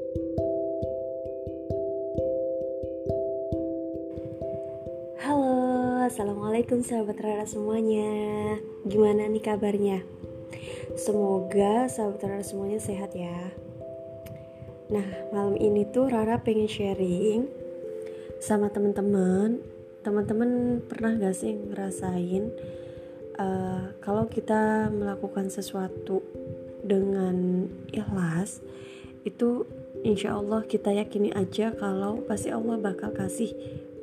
Halo, assalamualaikum sahabat Rara semuanya. Gimana nih kabarnya? Semoga sahabat Rara semuanya sehat ya. Nah, malam ini tuh Rara pengen sharing sama teman-teman. Teman-teman pernah gak sih ngerasain kalau kita melakukan sesuatu dengan ikhlas, itu insya Allah kita yakini aja kalau pasti Allah bakal kasih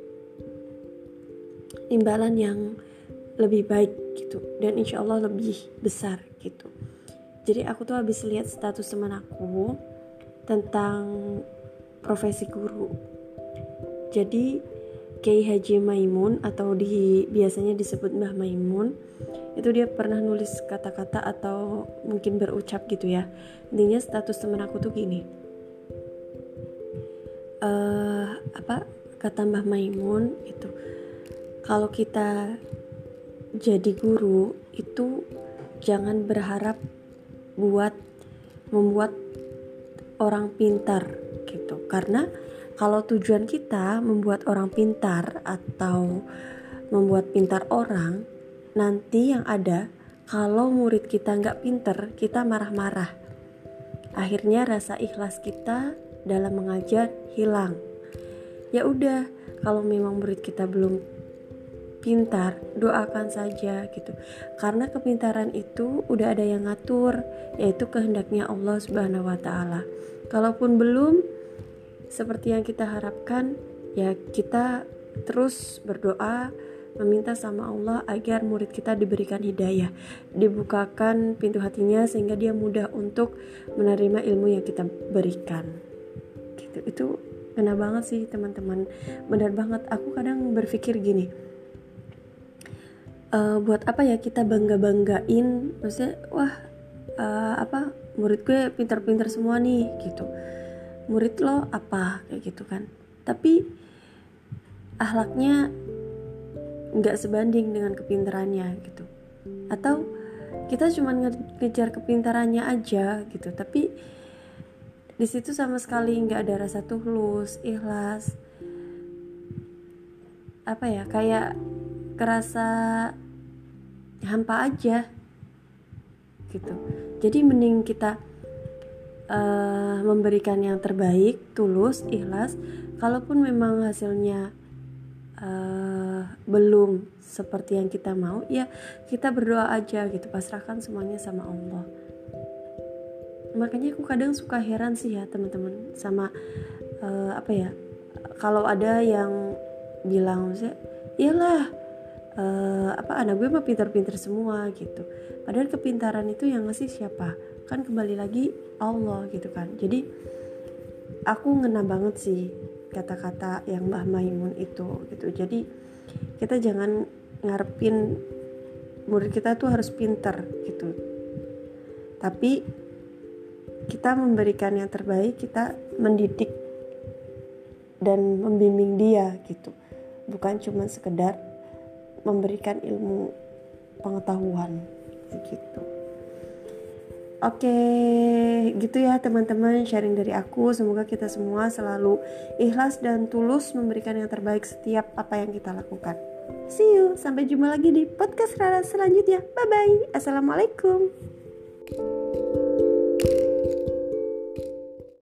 imbalan yang lebih baik gitu, dan insya Allah lebih besar gitu. Jadi aku tuh habis lihat status teman aku tentang profesi guru. Jadi Kiai Haji Maimun atau biasanya disebut Mbah Maimun, itu dia pernah nulis kata-kata atau mungkin berucap gitu ya. Intinya status teman aku tuh gini, kata Mbah Maimun itu, kalau kita jadi guru itu jangan berharap membuat orang pintar gitu. Karena kalau tujuan kita membuat orang pintar atau membuat pintar orang, nanti yang ada kalau murid kita nggak pintar, kita marah-marah. Akhirnya rasa ikhlas kita dalam mengajar hilang. Ya udah, kalau memang murid kita belum pintar, doakan saja gitu. Karena kepintaran itu udah ada yang ngatur, yaitu kehendaknya Allah Subhanahu wa taala. Kalaupun belum seperti yang kita harapkan, ya kita terus berdoa, meminta sama Allah agar murid kita diberikan hidayah, dibukakan pintu hatinya sehingga dia mudah untuk menerima ilmu yang kita berikan. Gitu. Itu benar banget sih teman-teman, benar banget. Aku kadang berpikir gini, buat apa ya kita bangga-banggain, maksudnya murid gue pintar-pintar semua nih gitu, murid lo apa kayak gitu kan, tapi akhlaknya nggak sebanding dengan kepintarannya gitu, atau kita cuma ngejar kepintarannya aja gitu, tapi di situ sama sekali nggak ada rasa tulus, ikhlas, kayak kerasa hampa aja gitu. Jadi mending kita memberikan yang terbaik, tulus, ikhlas. Kalaupun memang hasilnya belum seperti yang kita mau, ya kita berdoa aja gitu, pasrahkan semuanya sama Allah. Makanya aku kadang suka heran sih ya teman-teman sama kalau ada yang bilang maksudnya, iyalah anak gue mah pintar-pintar semua gitu. Padahal kepintaran itu yang ngasih siapa? Kan kembali lagi Allah gitu kan. Jadi aku ngena banget sih kata-kata yang Mbah Maimun itu gitu. Jadi kita jangan ngarepin murid kita tuh harus pintar gitu, tapi kita memberikan yang terbaik, kita mendidik dan membimbing dia gitu, bukan cuma sekedar memberikan ilmu pengetahuan gitu. Oke, gitu ya teman-teman, sharing dari aku. Semoga kita semua selalu ikhlas dan tulus memberikan yang terbaik setiap apa yang kita lakukan. See you, sampai jumpa lagi di podcast Rara selanjutnya. Bye bye, assalamualaikum.